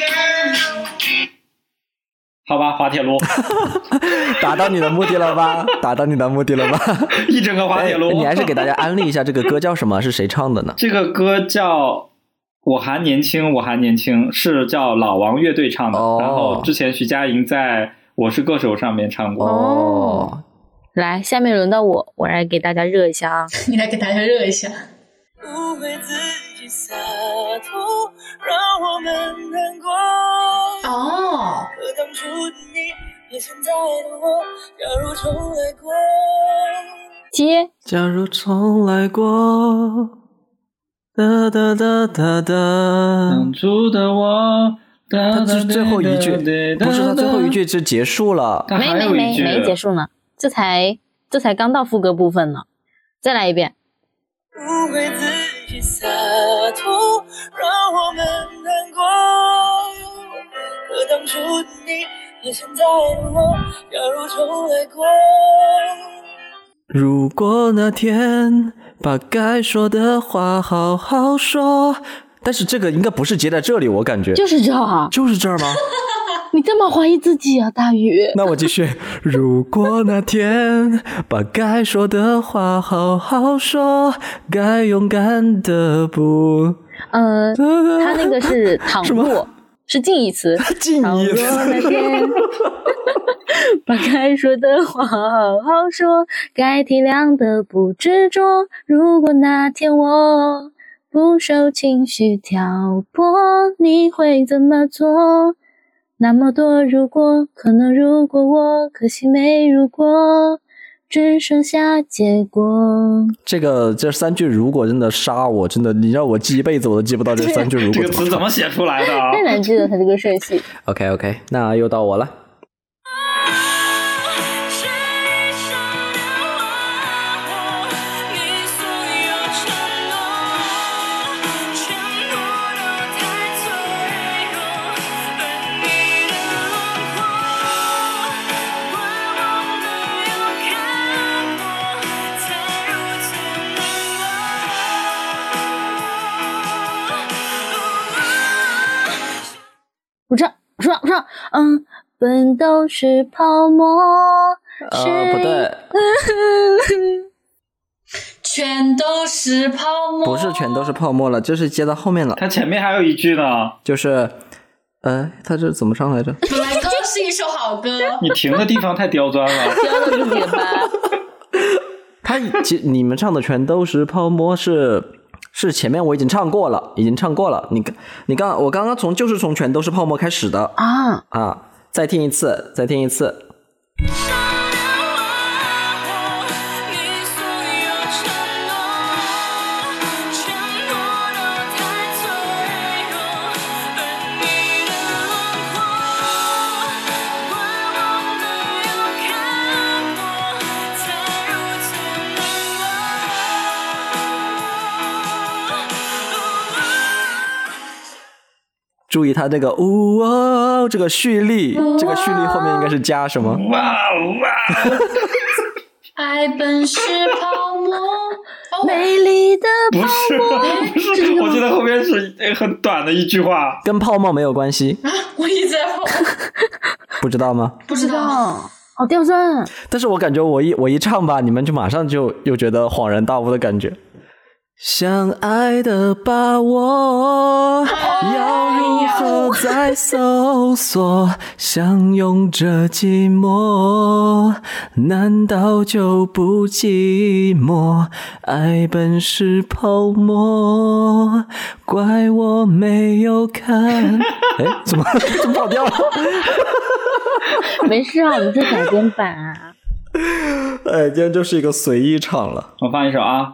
好吧，滑铁卢。 达到你的目的了吧？ 一整个滑铁卢。 你还是给大家安利一下这个歌叫什么？是谁唱的呢？ 这个歌叫《我还年轻，我还年轻》，是叫老王乐队唱的。然后之前徐佳莹在《我是歌手》上面唱过。 哦， 来，下面轮到我来给大家热一下啊！ 你来给大家热一下。 不会自己洒脱，让我们难过。 哦， 可当初的你，也现在的我，假如重来过。 接， 假如重来过，哒哒哒哒哒。 当初的我， 他是最后一句，不是他最后一句就结束了。 他还有一句没结束呢，这才刚到副歌部分呢。再来一遍。 不会自己洒脱，让我们难过。可当初的你，也现在的我，假如重来过。 如果那天把该说的话好好说，但是这个应该不是接在这里，我感觉就是这啊， 就是这儿吗？ 你这么怀疑自己啊，大宇？ 那我继续。如果那天把该说的话好好说，该勇敢的不…… 他那个是倘若，是近义词。 近义词。 倘若那天把该说的话好好说，该体谅的不执着。如果那天我不受情绪挑拨，你会怎么做？那么多如果，可能如果我，可惜没如果，只剩下结果。 这三句如果真的杀我，真的你让我记一辈子我都记不到这三句如果。 这个词怎么写出来的啊？ 太难记了，他这个顺序。 OK， 那又到我了。 我唱，本都是泡沫。 不对， 全都是泡沫。 不是全都是泡沫了，就是接到后面了。 它前面还有一句呢， 就是他这怎么唱来着？ 本来就是一首好歌。 你停的地方太刁钻了。 刁的不结巴。 你们唱的全都是泡沫是前面我已经唱过了。我刚刚就是从全都是泡沫开始的啊！再听一次。注意它这个这个蓄力，这个蓄力后面应该是加什么？ 哇！ 爱本是泡沫。 美丽的不是不是，我记得后面是很短的一句话。 跟泡沫没有关系， 啊，我一直在泡沫， 不知道吗？ 不知道。 好刁钻。 但是我感觉我一唱吧，你们就马上就又觉得恍然大悟的感觉。相爱的把握，要如何再搜索？相拥着寂寞，难道就不寂寞？爱本是泡沫，怪我没有看。哎，怎么跑调了？ 没事啊，我们是改编版啊。 哎，今天就是一个随意唱了。 我放一首啊。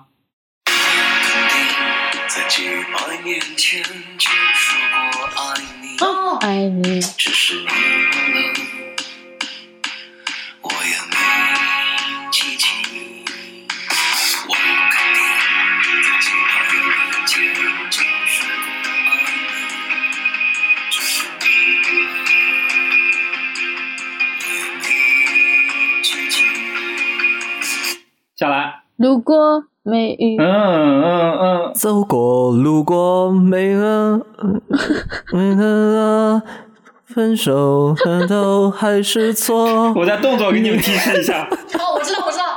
在几百年前就说过爱你， 爱你， 只是你忘了，我也没记起。我肯定在几百年前就说过爱你，只是你忘了，我也没记起。 下来。 路过美雨， 走过路过没了，分手难道还是错？ 我在动作给你们提示一下。 哦，我知道。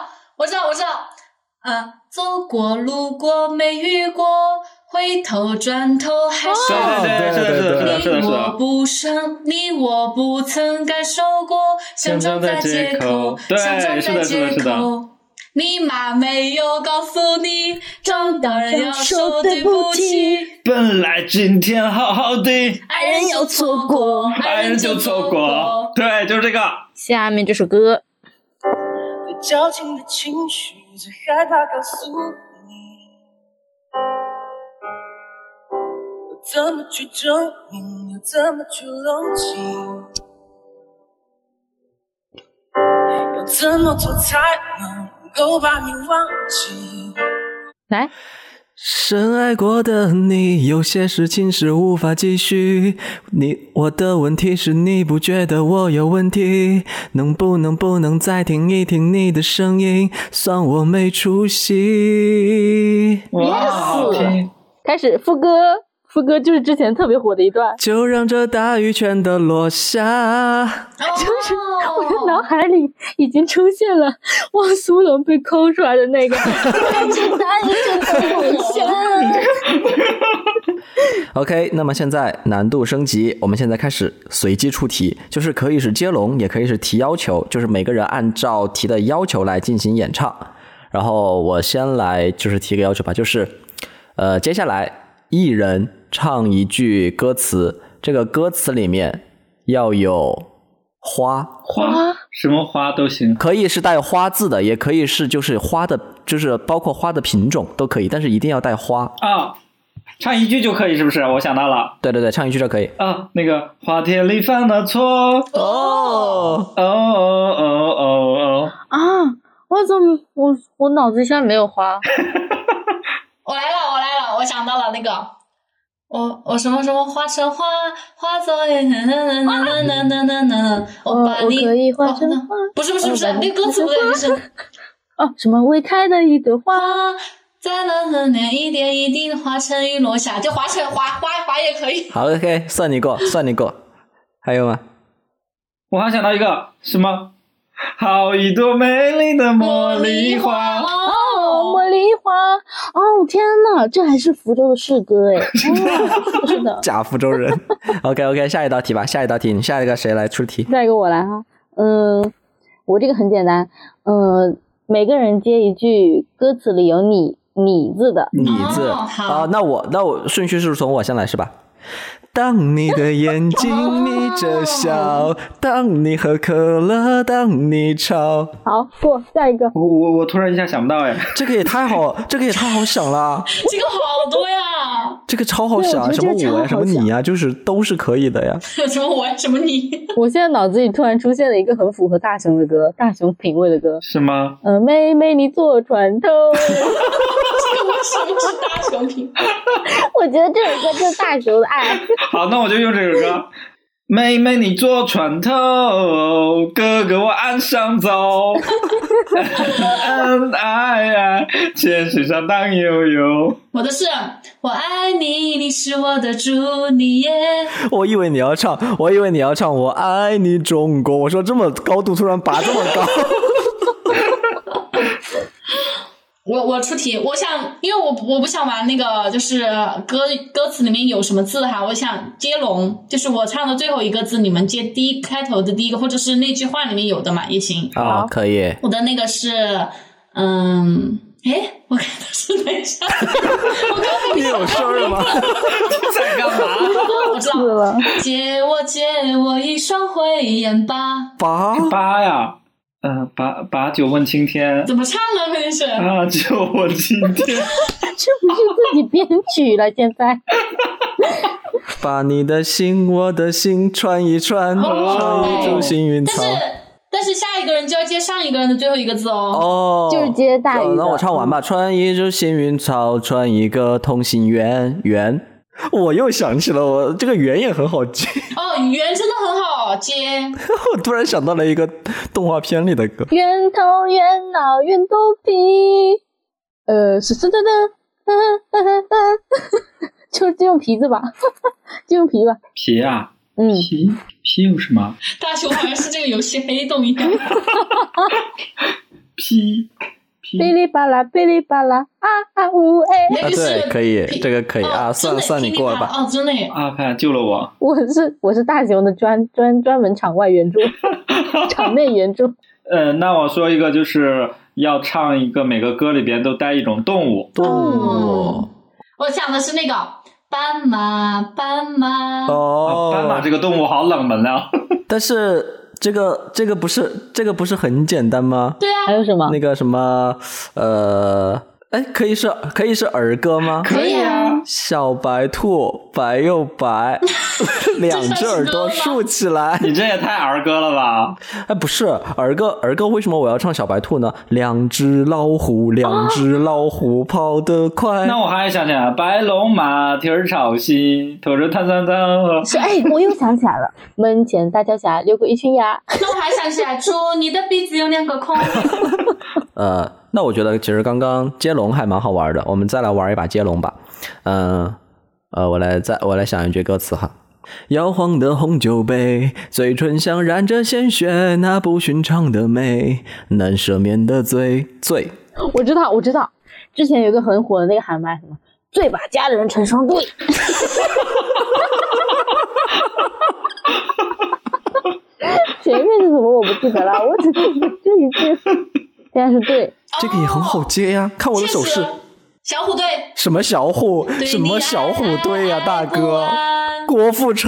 走过路过没遇过，回头转头还是对， 你我不生，你我不曾感受过，相撞在街口，相撞在街口。你妈没有告诉你，撞到人要说对不起。 本来今天好好的， 爱人又错过， 爱人就错过。对，就是这个。 下面这首歌。 最矫情的情绪，最害怕告诉你，我怎么去证明，又怎么去冷静，要怎么做才能够把你忘记。 来， 深爱过的你，有些事情是无法继续。我的问题是你不觉得我有问题？能不能再听一听你的声音？算我没出息。 哇，好听。 开始副歌。副歌就是之前特别火的一段， 就让这大雨全都落下。 就是我的脑海里已经出现了汪苏泷被抠出来的那个让这大雨全都落下。 OK， 那么现在难度升级，我们现在开始随机出题，就是可以是接龙，也可以是提要求，就是每个人按照题的要求来进行演唱。然后我先来就是提个要求吧，就是接下来一人唱一句歌词，这个歌词里面要有花， 什么花都行， 可以是带花字的，也可以是就是花的，就是包括花的品种都可以，但是一定要带花啊。唱一句就可以是不是？我想到了， 对，唱一句就可以啊。那个花田里犯了错， 哦啊！我怎么我脑子一下没有花。 我来了，我想到了那个，我什么化成花，化作我把你我可以化成花， 不是，那歌词不对，就是什么未开的一朵花， 在冷年一点一滴的化成雨落下，就化成花也可以。 好 ，OK， 算你过。还有吗？ 我还想到一个什么，好一朵美丽的茉莉花。 茉莉花，天哪，这还是福州的市歌哎！是的， 假福州人。OK， 下一道题吧，下一道题，你下一个谁来出题？ 下一个我来哈。我这个很简单，每个人接一句歌词里有你字的。 你字好， 那我顺序是从我先来是吧？当你的眼睛眯着笑，当你喝可乐，当你吵。 好，过下一个。 我突然一下想不到哎， 这个也太好想了。 这个好多呀， 这个超好想啊，什么我呀，什么你呀，就是都是可以的呀。 什么我，什么你？ 我现在脑子里突然出现了一个很符合大雄的歌，大雄品味的歌。 是吗？ 妹妹你坐船头。 这个为什么是大雄品？ 我觉得这首歌就是大雄的爱。 好，那我就用这首歌。 妹妹你坐船头，哥哥我岸上走，恩爱爱，钱水上荡悠悠。 我的是我爱你，你是我的主，你也。 我以为你要唱我爱你中国，我说这么高度突然拔这么高。 我出题，我想，因为我不想玩那个，就是歌词里面有什么字哈，我想接龙，就是我唱的最后一个字，你们接开头的第一个，或者是那句话里面有的嘛，也行。 啊，可以。 我的那个是，我看的是等一下，我刚才你有事儿吗？ 在干嘛？ 我知道了。借我一双慧眼吧。 八呀。把酒问青天， 怎么唱呢？肯定是啊，酒问青天， 这不是自己编曲了？现在把你的心，我的心串一串，串一株幸运草。 但是下一个人就要接上一个人的最后一个字哦， 就是接大鱼的。 那我唱完吧。串一株幸运草，串一个同心圆。我又想起了我这个圆也很好接哦，圆真的很好接。 我突然想到了一个动画片里的歌， 圆头圆脑圆肚皮，是真的，就用皮子吧，就用皮吧。 皮啊，皮有什么？ 大熊好像是这个游戏黑洞一样。 皮。 哔哩吧啦哔哩吧啦啊呜哎！ 那个是对，可以，这个可以啊，算你过了吧。 哦，真的耶！ 阿派救了我。 我是大熊的专门场外援助，场内援助。 那我说一个，就是要唱一个每个歌里边都带一种动物。 我想的是那个斑马。 哦， 斑马这个动物好冷门啊。 但是。这个不是很简单吗？ 对啊， 还有什么？ 那个什么可以是儿歌吗？ 可以啊。 小白兔白又白，两只耳朵竖起来。 你这也太儿歌了吧？ 不是儿歌，为什么我要唱小白兔呢？两只老虎跑得快。 那我还想起来，白龙马蹄儿朝西，驮着炭酸汤。 是我又想起来了，门前大桥下溜过一群鸭。 那我还想起来，猪，你的鼻子有2个孔。 那我觉得其实刚刚接龙还蛮好玩的，我们再来玩一把接龙吧。我来想一句歌词哈。摇晃的红酒杯，嘴唇上染着鲜血，那不寻常的美，难赦免的罪。 我知道，之前有个很火的那个喊麦什么，醉把家人成双对。前面是什么我不记得了，我只记得这一句。现在是对， 这个也很好接呀，看我的手势。 小虎队。 什么小虎？什么小虎队呀，大哥？郭富城。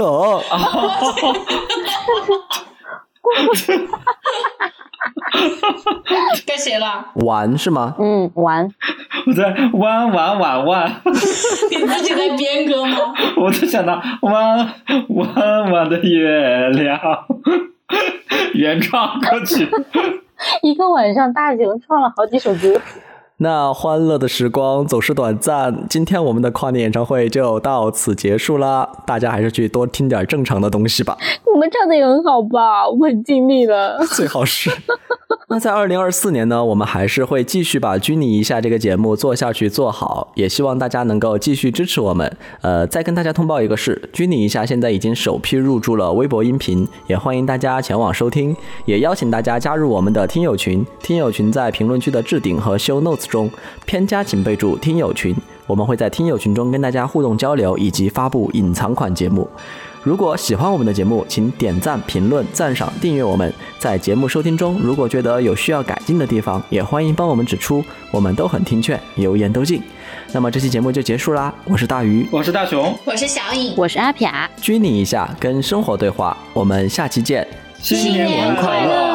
该谁了？ 玩是吗？ 玩。 我在玩。 你自己在编歌吗？ 我在想到弯的月亮，原创歌曲。 一个晚上，大熊创了好几首歌。 那欢乐的时光总是短暂，今天我们的跨年演唱会就到此结束啦。大家还是去多听点正常的东西吧。 我们唱的也很好吧，我们很尽力了。 最好是。那在2024年呢，我们还是会继续把拘泥一下这个节目做下去做好，也希望大家能够继续支持我们。再跟大家通报一个事，拘泥一下现在已经首批入驻了微博音频，也欢迎大家前往收听，也邀请大家加入我们的听友群。听友群在评论区的置顶和 show notes 中，偏加请备注听友群，我们会在听友群中跟大家互动交流，以及发布隐藏款节目。如果喜欢我们的节目，请点赞、评论、赞赏、订阅我们。在节目收听中，如果觉得有需要改进的地方，也欢迎帮我们指出，我们都很听劝，油盐都进。那么这期节目就结束啦，我是大鱼， 我是大熊， 我是小颖， 我是阿撇。 拘泥一下，跟生活对话，我们下期见， 新年快乐。